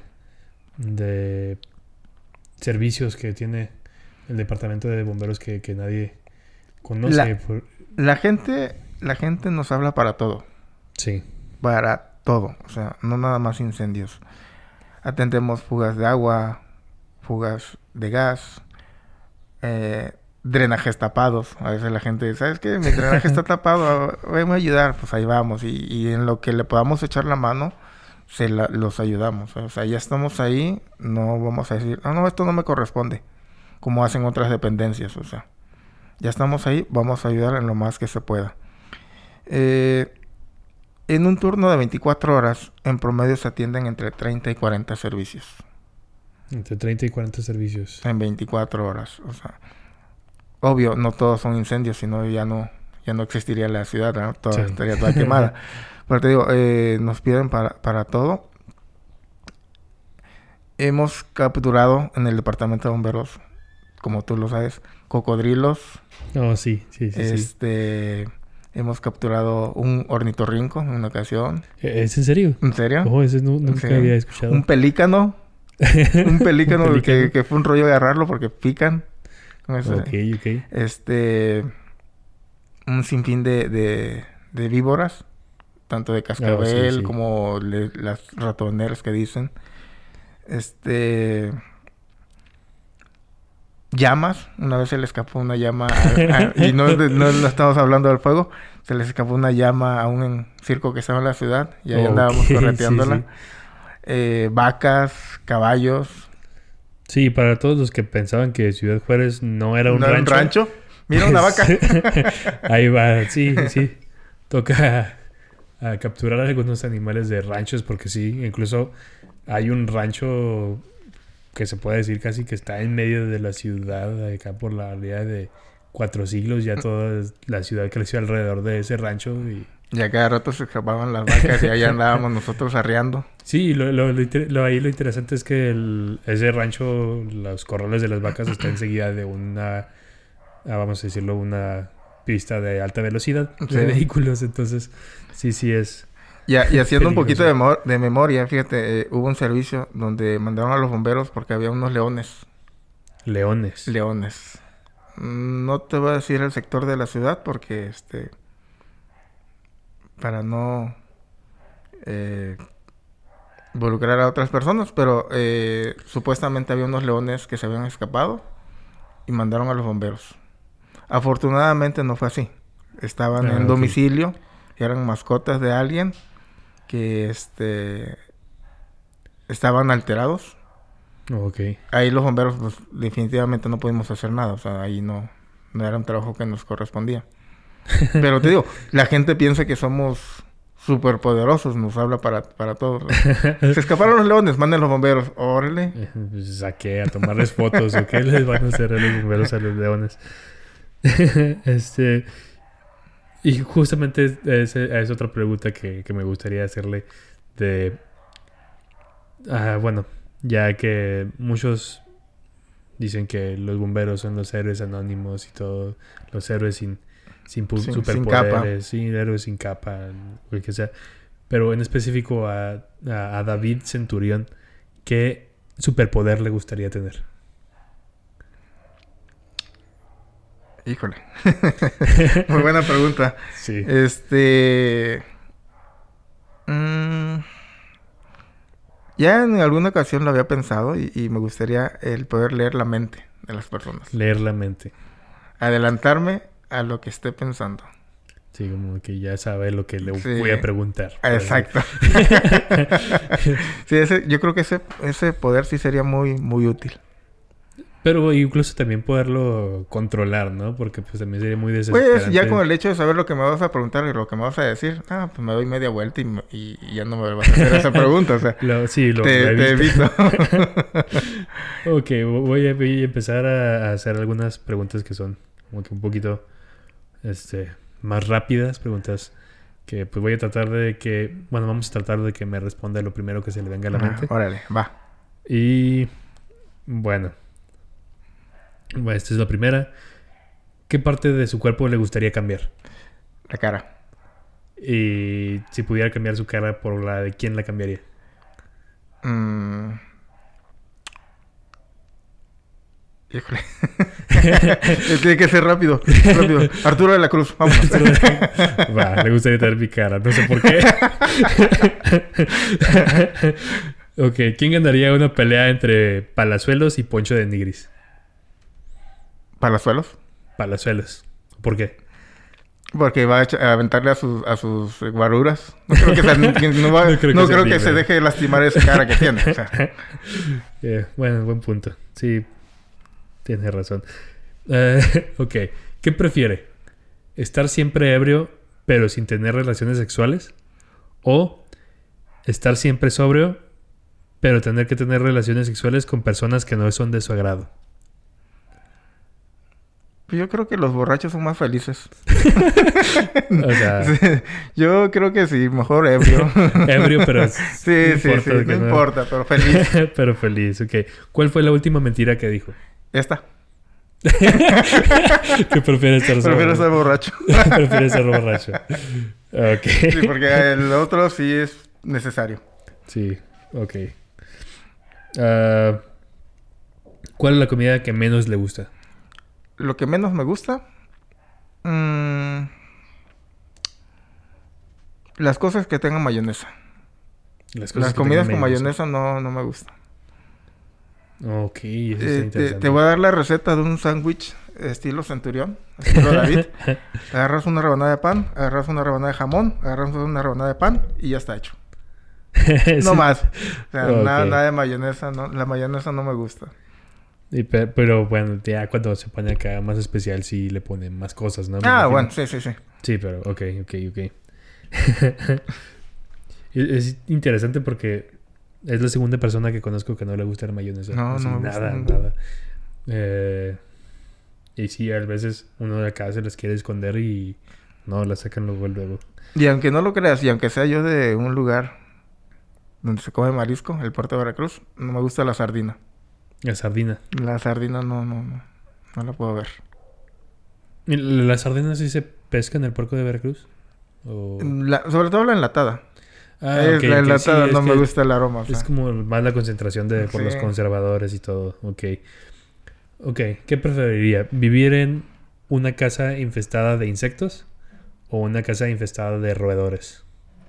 A: servicios que tiene el departamento de bomberos que nadie conoce.
B: La gente nos habla para todo.
A: Sí.
B: Para todo. O sea, no nada más incendios. Atendemos fugas de agua, fugas de gas, drenajes tapados. A veces la gente dice, ¿sabes qué? Mi drenaje está tapado, venme a ayudar. Pues ahí vamos. Y en lo que le podamos echar la mano, los ayudamos. O sea, ya estamos ahí, no vamos a decir, no, esto no me corresponde, como hacen otras dependencias. O sea, ya estamos ahí, vamos a ayudar en lo más que se pueda. En un turno de 24 horas, en promedio se atienden entre 30 y 40 servicios.
A: Entre 30 y 40 servicios.
B: En 24 horas. O sea, obvio, no todos son incendios, sino ya no existiría la ciudad, ¿no? Estaría toda quemada. Pero te digo, nos piden para todo. Hemos capturado en el departamento de bomberos, como tú lo sabes, cocodrilos.
A: Oh, sí.
B: Hemos capturado un ornitorrinco en una ocasión.
A: ¿Es en serio?
B: ¿En serio?
A: Oh, ese nunca había escuchado.
B: Un pelícano. Un pelícano que fue un rollo agarrarlo porque pican.
A: Ok.
B: Un sinfín de víboras. Tanto de cascabel como las ratoneras que dicen. Llamas. Una vez se le escapó una llama y no estamos hablando del fuego. Se les escapó una llama a un circo que estaba en la ciudad y ahí andábamos correteándola. Vacas, caballos.
A: Sí, para todos los que pensaban que Ciudad Juárez no era un rancho.
B: ¿Un rancho? Mira una vaca.
A: Ahí va, sí. Toca a capturar algunos animales de ranchos porque sí, incluso hay un rancho que se puede decir casi que está en medio de la ciudad, acá por la aldea de 4 siglos, ya toda la ciudad creció alrededor de ese rancho y
B: a cada rato se escapaban las vacas y ahí andábamos nosotros arreando.
A: Sí, ahí lo interesante es que ese rancho, los corrales de las vacas están enseguida de una, vamos a decirlo, una pista de alta velocidad de vehículos, entonces sí es...
B: Y haciendo un poquito de memoria, fíjate, hubo un servicio donde mandaron a los bomberos porque había unos leones. Leones. No te voy a decir el sector de la ciudad porque para no involucrar a otras personas, pero supuestamente había unos leones que se habían escapado y mandaron a los bomberos. Afortunadamente no fue así. Estaban en domicilio, eran mascotas de alguien que estaban alterados. Ahí los bomberos pues definitivamente no pudimos hacer nada, o sea, ahí no era un trabajo que nos correspondía. Pero te digo, la gente piensa que somos súper poderosos, nos habla para todos. Se escaparon los leones, manden los bomberos, órale.
A: Saqué a tomarles fotos, ¿o qué les van a hacer a los bomberos a los leones? Y justamente es otra pregunta que me gustaría hacerle bueno, ya que muchos dicen que los bomberos son los héroes anónimos y todo, los héroes sin superpoderes, sin héroes sin capa, o el que sea. Pero en específico a David Centurión, ¿qué superpoder le gustaría tener?
B: Híjole. Muy buena pregunta.
A: Sí.
B: Ya en alguna ocasión lo había pensado y me gustaría el poder leer la mente de las personas.
A: Leer la mente.
B: Adelantarme a lo que esté pensando.
A: Sí, como que ya sabe lo que le voy a preguntar.
B: Exacto. Sí, yo creo que ese poder sí sería muy, muy útil.
A: Pero incluso también poderlo controlar, ¿no? Porque pues también sería muy
B: Pues
A: desesperante.
B: ya con el hecho de saber lo que me vas a preguntar y lo que me vas a decir, pues me doy media vuelta y ya no me vas a hacer esa pregunta. O sea,
A: Sí, lo he
B: te
A: visto.
B: evito.
A: Ok, voy a empezar a hacer algunas preguntas que son como que un poquito más rápidas. Preguntas que pues voy a tratar de que... Bueno, vamos a tratar de que me responda lo primero que se le venga a la mente.
B: Órale, va.
A: Y bueno, esta es la primera. ¿Qué parte de su cuerpo le gustaría cambiar?
B: La cara.
A: Y si pudiera cambiar su cara por la de quién la cambiaría.
B: Mm, Híjole. Tiene que ser rápido. Rápido. Arturo de la Cruz, vámonos.
A: Va, le gustaría tener mi cara. No sé por qué. Ok, ¿quién ganaría una pelea entre Palazuelos y Poncho de Nigris?
B: ¿Palazuelos?
A: Palazuelos. ¿Por qué?
B: Porque va a aventarle a sus guaruras. No creo que, no creo que se deje lastimar esa cara que tiene. O sea.
A: Bueno, buen punto. Sí, tienes razón. Ok, ¿qué prefiere? ¿Estar siempre ebrio pero sin tener relaciones sexuales? ¿O estar siempre sobrio pero tener que tener relaciones sexuales con personas que no son de su agrado?
B: Yo creo que los borrachos son más felices.
A: O sea...
B: Sí, yo creo que sí, mejor ebrio.
A: Ebrio, pero...
B: Sí, no importa, pero feliz.
A: Pero feliz, ok. ¿Cuál fue la última mentira que dijo?
B: Esta.
A: Que prefiere estar sobrio.
B: Prefiero ser borracho.
A: Prefiere ser borracho. Ok.
B: Sí, porque el otro sí es necesario.
A: Sí, ok. ¿Cuál es la comida que menos le gusta?
B: Lo que menos me gusta... las cosas que tengan mayonesa. Las comidas con mayonesa no me gustan.
A: Ok, eso está interesante.
B: Te voy a dar la receta de un sándwich estilo Centurión, estilo David. Agarras una rebanada de pan, agarras una rebanada de jamón, agarras una rebanada de pan y ya está hecho.
A: Sí.
B: No más. O sea,
A: Okay.
B: nada de mayonesa. No, la mayonesa no me gusta.
A: Pero bueno, ya cuando se pone acá más especial sí le ponen más cosas, ¿no?
B: Bueno, sí.
A: Sí, pero ok. Es interesante porque es la segunda persona que conozco que no le gusta la mayonesa.
B: No me
A: nada,
B: gusta.
A: nada. Y sí, a veces uno de acá se las quiere esconder y no, la sacan luego.
B: Y aunque no lo creas, y aunque sea yo de un lugar donde se come marisco, el puerto de Veracruz, no me gusta la sardina.
A: La sardina.
B: La sardina no la puedo ver.
A: ¿Y la sardina sí se pesca en el puerto de Veracruz? ¿O...
B: sobre todo la enlatada.
A: Okay,
B: la enlatada
A: sí,
B: no me gusta el aroma.
A: Es como más la concentración por los conservadores y todo. Ok, ¿qué preferiría? ¿Vivir en una casa infestada de insectos o una casa infestada de roedores?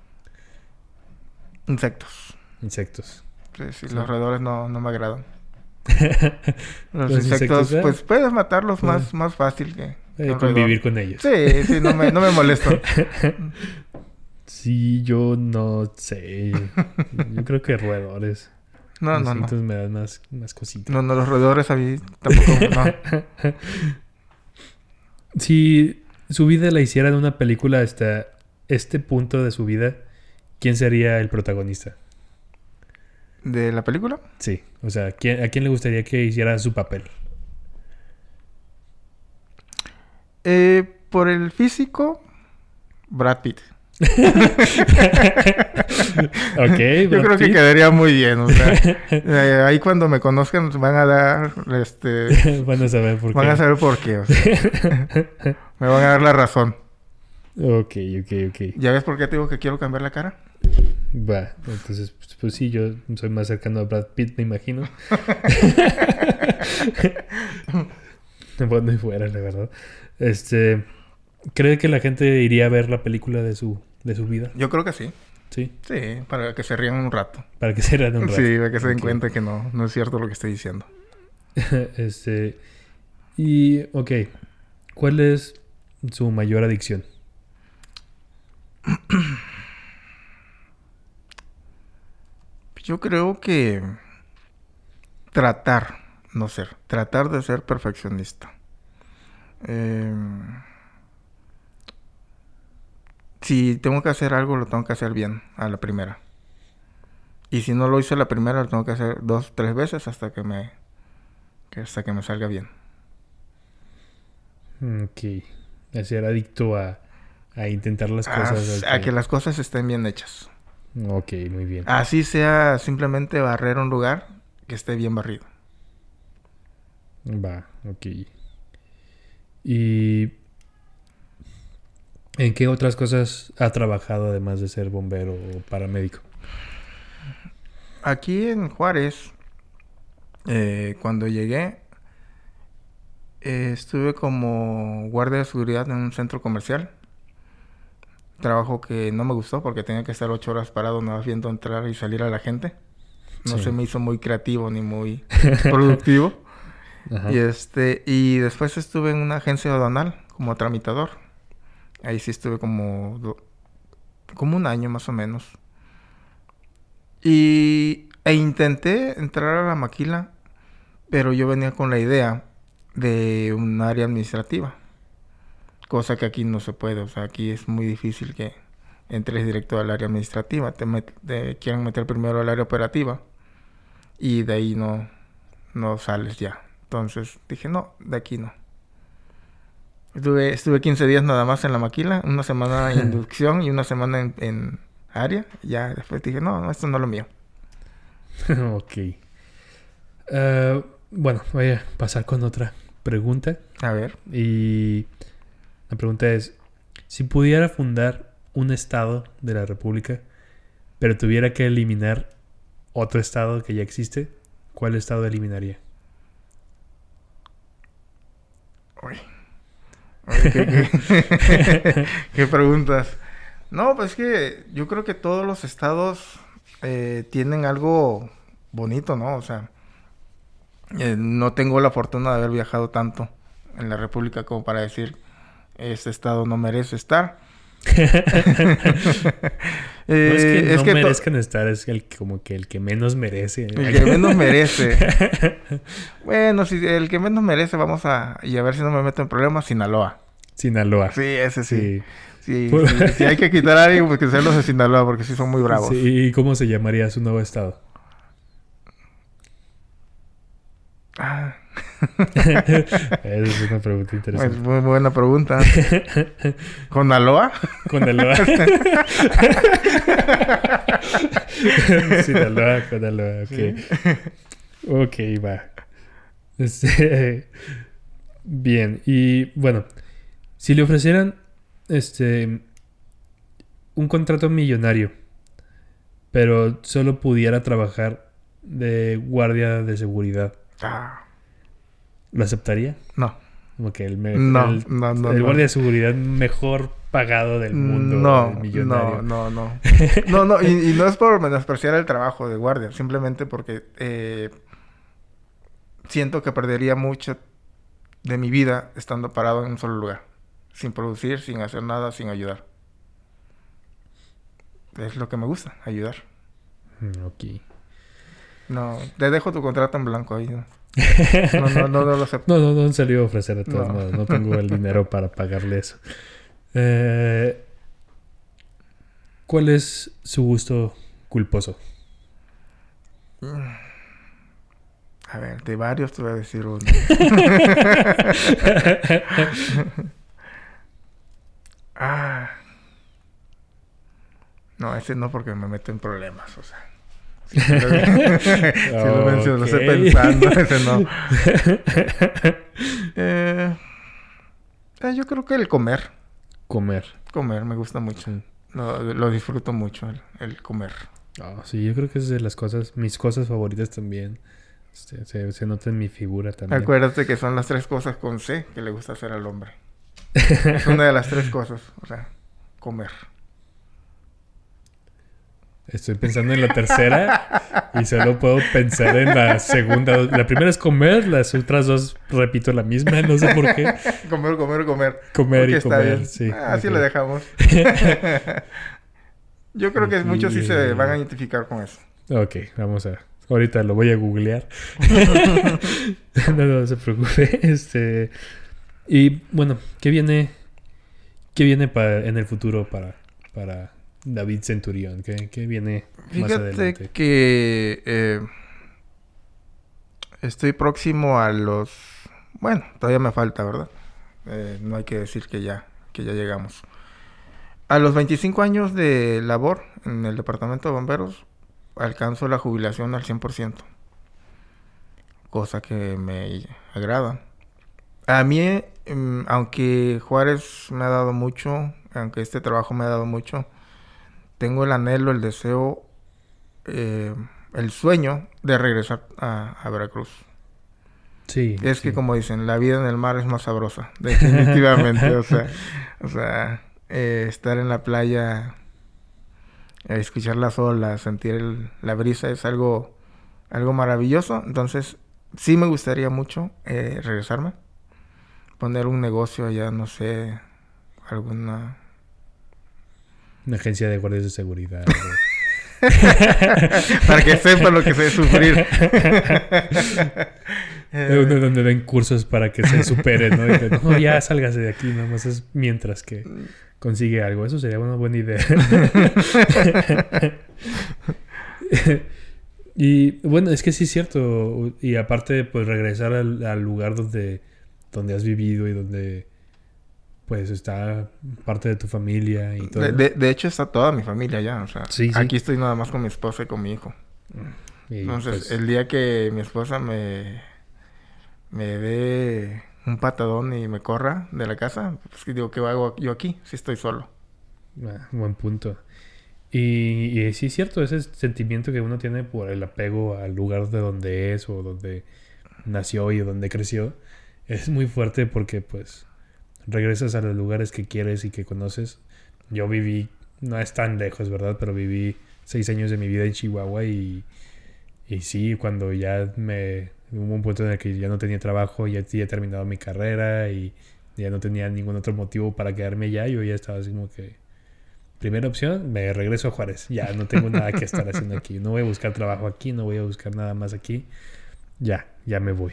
B: Insectos. Sí, los roedores no me agradan. Los insectos, pues puedes matarlos más fácil que
A: convivir con ellos.
B: Sí, no me molesto.
A: Sí, yo no sé. Yo creo que roedores.
B: No.
A: Me dan más cositas.
B: No, los roedores a mí tampoco. No.
A: Si su vida la hiciera en una película hasta este punto de su vida, ¿quién sería el protagonista?
B: ¿De la película?
A: Sí. O sea, ¿a quién le gustaría que hiciera su papel?
B: Por el físico, Brad Pitt.
A: Okay,
B: yo creo que quedaría muy bien. O sea, ahí cuando me conozcan van a dar
A: van a saber por qué.
B: Van a saber por qué. O sea, me van a dar la razón.
A: Ok.
B: ¿Ya ves por qué te digo que quiero cambiar la cara?
A: Va, entonces pues sí, yo soy más cercano a Brad Pitt, me imagino. Bueno, y fuera, la verdad. ¿Cree que la gente iría a ver la película de su vida?
B: Yo creo que sí.
A: ¿Sí?
B: Sí, para que se rían un rato.
A: Para que se rían un rato.
B: Sí, para que se den cuenta que no es cierto lo que estoy diciendo.
A: Y, ¿cuál es su mayor adicción?
B: Yo creo que tratar no ser. Tratar de ser perfeccionista. Si tengo que hacer algo, lo tengo que hacer bien a la primera. Y si no lo hice a la primera, lo tengo que hacer 2, 3 veces hasta que me salga bien.
A: Ok. A ser adicto a intentar las cosas.
B: A que las cosas estén bien hechas.
A: Ok, muy bien.
B: Así sea simplemente barrer un lugar que esté bien barrido.
A: Va, ok. ¿Y en qué otras cosas ha trabajado además de ser bombero o paramédico?
B: Aquí en Juárez, cuando llegué, estuve como guardia de seguridad en un centro comercial. Trabajo que no me gustó porque tenía que estar 8 horas parado nada más viendo entrar y salir a la gente. No se me hizo muy creativo ni muy productivo.
A: Ajá.
B: Y después estuve en una agencia aduanal como tramitador. Ahí sí estuve como un año más o menos. E intenté entrar a la maquila, pero yo venía con la idea de un área administrativa. Cosa que aquí no se puede. O sea, aquí es muy difícil que entres directo al área administrativa. Te quieren meter primero al área operativa. Y de ahí no sales ya. Entonces dije, no, de aquí no. Estuve 15 días nada más en la maquila. Una semana en inducción y una semana en área. Ya después dije, no, esto no es lo mío.
A: Ok. Bueno, voy a pasar con otra pregunta.
B: A ver.
A: Y la pregunta es, si pudiera fundar un estado de la República, pero tuviera que eliminar otro estado que ya existe, ¿cuál estado eliminaría?
B: Uy, ¿qué preguntas? No, pues que yo creo que todos los estados tienen algo bonito, ¿no? O sea, no tengo la fortuna de haber viajado tanto en la República como para decir, este estado no merece estar.
A: No es que no merezcan estar, es como que el que menos merece.
B: El que menos merece. Bueno, si el que menos merece, y a ver si no me meto en problemas, Sinaloa.
A: Sinaloa.
B: Sí, ese sí. Sí, si hay que quitar a alguien, pues que sean los de Sinaloa, porque sí son muy bravos.
A: Sí, ¿y cómo se llamaría su nuevo estado? Esa es una pregunta interesante.
B: Es muy buena pregunta. ¿Conaloa?
A: Conaloa. Sinaloa, Conaloa, ok.
B: Sí.
A: Ok, va. Bien, y bueno, si le ofrecieran un contrato millonario, pero solo pudiera trabajar de guardia de seguridad, ¿lo aceptaría?
B: No.
A: Como que el
B: guardia
A: de seguridad mejor pagado del mundo, el millonario.
B: No, y no es por menospreciar el trabajo de guardia, simplemente porque siento que perdería mucho de mi vida estando parado en un solo lugar, sin producir, sin hacer nada, sin ayudar. Es lo que me gusta, ayudar.
A: Ok.
B: No, te dejo tu contrato en blanco ahí. No lo acepto.
A: No han salido a ofrecer de todos modos. No tengo el dinero para pagarle eso. ¿Cuál es su gusto culposo?
B: A ver, de varios te voy a decir uno. No, ese no, porque me meto en problemas, o sea. Si lo menciono, lo estoy pensando, ese no. Yo creo que el comer.
A: Comer,
B: me gusta mucho. Lo disfruto mucho, el comer.
A: Sí, yo creo que es de las cosas, mis cosas favoritas también. Se nota en mi figura también.
B: Acuérdate que son las 3 cosas con C que le gusta hacer al hombre. Es una de las 3 cosas, o sea, comer.
A: Estoy pensando en la tercera y solo puedo pensar en la segunda. La primera es comer, las otras 2 repito la misma, no sé por qué.
B: Comer.
A: Comer y comer, sí.
B: Así lo dejamos. Yo creo que muchos sí se van a identificar con eso.
A: Ok, vamos a Ahorita lo voy a googlear. No se preocupe. Y bueno, ¿qué viene en el futuro para David Centurión? ¿Qué viene más adelante?
B: Fíjate que estoy próximo a los... Bueno, todavía me falta, ¿verdad? No hay que decir que ya llegamos. A los 25 años de labor en el departamento de bomberos, alcanzo la jubilación al 100%. Cosa que me agrada. A mí, aunque Juárez me ha dado mucho, aunque este trabajo me ha dado mucho, tengo el anhelo, el deseo, el sueño de regresar a Veracruz.
A: Sí.
B: Es que, como dicen, la vida en el mar es más sabrosa, definitivamente. o sea, estar en la playa, escuchar las olas, sentir la brisa es algo maravilloso. Entonces, sí me gustaría mucho regresarme, poner un negocio allá, no sé, alguna...
A: Una agencia de guardias de seguridad.
B: Para que sepa lo que sé sufrir.
A: Uno donde den cursos para que se superen, ¿no? Y que, no, ya sálgase de aquí, nada más es mientras que consigue algo. Eso sería una buena idea. Y bueno, es que sí es cierto. Y aparte, pues regresar al lugar donde has vivido y donde pues está parte de tu familia y todo.
B: De hecho, está toda mi familia ya. O sea,
A: sí.
B: Aquí estoy nada más con mi esposa y con mi hijo.
A: Y
B: entonces,
A: pues,
B: el día que mi esposa me dé un patadón y me corra de la casa, pues digo, ¿qué hago yo aquí? Si estoy solo.
A: Buen punto. Y sí es cierto, ese sentimiento que uno tiene por el apego al lugar de donde es o donde nació y donde creció es muy fuerte porque pues regresas a los lugares que quieres y que conoces. Yo viví, no es tan lejos, ¿verdad? Pero viví 6 años de mi vida en Chihuahua y sí, cuando hubo un punto en el que ya no tenía trabajo, ya he terminado mi carrera y ya no tenía ningún otro motivo para quedarme allá, yo ya estaba así como que primera opción, me regreso a Juárez. Ya no tengo nada que estar haciendo aquí. No voy a buscar trabajo aquí, no voy a buscar nada más aquí. Ya me voy.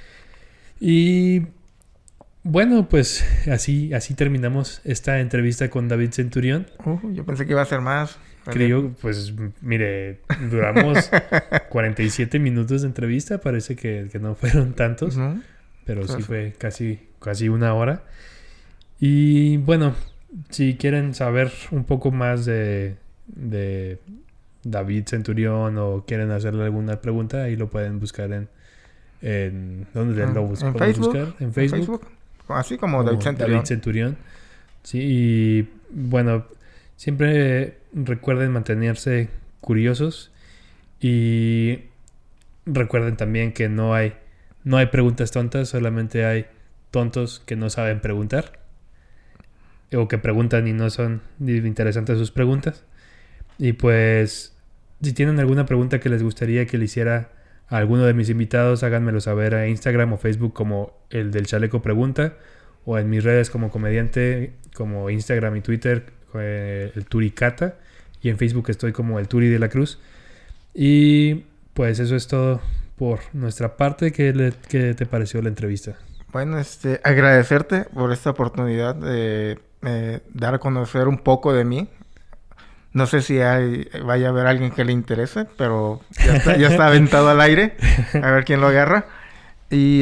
A: Y bueno, pues así terminamos esta entrevista con David Centurión.
B: Yo pensé que iba a ser más.
A: Creo, pues mire, duramos 47 minutos de entrevista. Parece que no fueron tantos, pero sí fue casi una hora. Y bueno, si quieren saber un poco más de David Centurión o quieren hacerle alguna pregunta, ahí lo pueden buscar ¿dónde lo
B: buscar?
A: En Facebook.
B: Así como David
A: Centurión. Sí, y bueno, siempre recuerden mantenerse curiosos y recuerden también que no hay preguntas tontas, solamente hay tontos que no saben preguntar o que preguntan y no son interesantes sus preguntas. Y pues si tienen alguna pregunta que les gustaría que le hiciera a alguno de mis invitados, háganmelo saber a Instagram o Facebook como el del Chaleco Pregunta, o en mis redes como comediante, como Instagram y Twitter, el Turicata, y en Facebook estoy como el Turi de la Cruz. Y pues eso es todo por nuestra parte. ¿Qué te pareció la entrevista?
B: Bueno, agradecerte por esta oportunidad de dar a conocer un poco de mí. No sé si vaya a haber alguien que le interese, pero ya está aventado al aire. A ver quién lo agarra. Y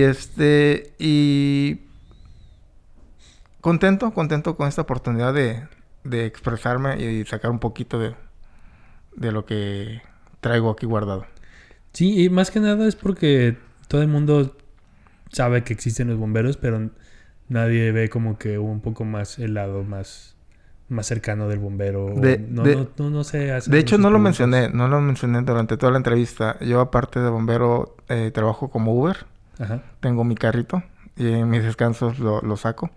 B: contento con esta oportunidad de expresarme y sacar un poquito de lo que traigo aquí guardado.
A: Sí, y más que nada es porque todo el mundo sabe que existen los bomberos, pero nadie ve como que un poco más el lado más cercano del bombero. No se hace.
B: De hecho, no lo mencioné durante toda la entrevista. Yo, aparte de bombero, trabajo como Uber.
A: Ajá.
B: Tengo mi carrito y en mis descansos lo saco.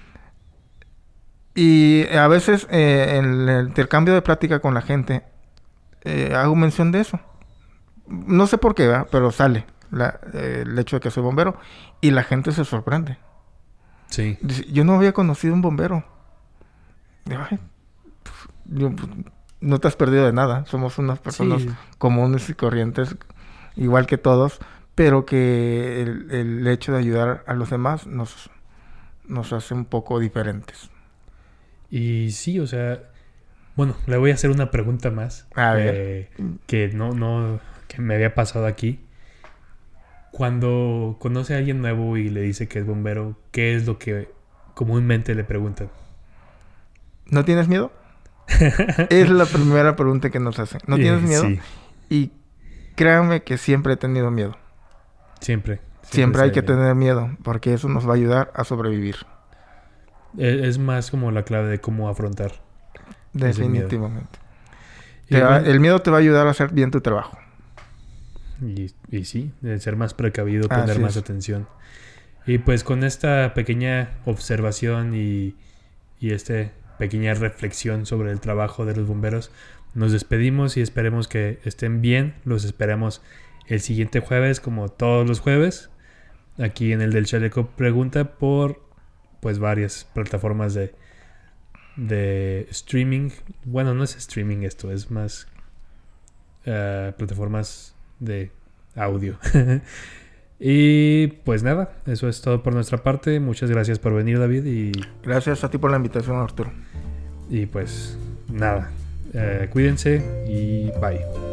B: Y a veces en el intercambio de plática con la gente hago mención de eso. No sé por qué, ¿verdad? Pero sale el hecho de que soy bombero y la gente se sorprende.
A: Sí.
B: Dice, yo no había conocido un bombero. Ay, no te has perdido de nada. Somos unas personas comunes y corrientes igual que todos, pero que el hecho de ayudar a los demás nos hace un poco diferentes.
A: Y sí, o sea, bueno, le voy a hacer una pregunta más.
B: A ver.
A: Que que me había pasado aquí. Cuando conoce a alguien nuevo y le dice que es bombero, ¿qué es lo que comúnmente le preguntan?
B: ¿No tienes miedo? Es la primera pregunta que nos hacen. ¿No tienes miedo?
A: Sí.
B: Y créanme que siempre he tenido miedo.
A: Siempre
B: Hay que tener miedo, porque eso nos va a ayudar a sobrevivir.
A: Es más como la clave de cómo afrontar.
B: Definitivamente.
A: Bueno,
B: el miedo te va a ayudar a hacer bien tu trabajo.
A: Y sí, de ser más precavido, poner
B: Así
A: más
B: es.
A: atención. Y pues con esta pequeña observación y esta pequeña reflexión sobre el trabajo de los bomberos, nos despedimos y esperemos que estén bien. Los esperamos el siguiente jueves, como todos los jueves, aquí en el del Chaleco Pregunta, por pues varias plataformas de streaming. Bueno, no es streaming esto, es más plataformas de audio. Y pues nada, eso es todo por nuestra parte. Muchas gracias por venir, David. Y
B: Gracias a ti por la invitación, Arturo.
A: pues nada, cuídense y bye.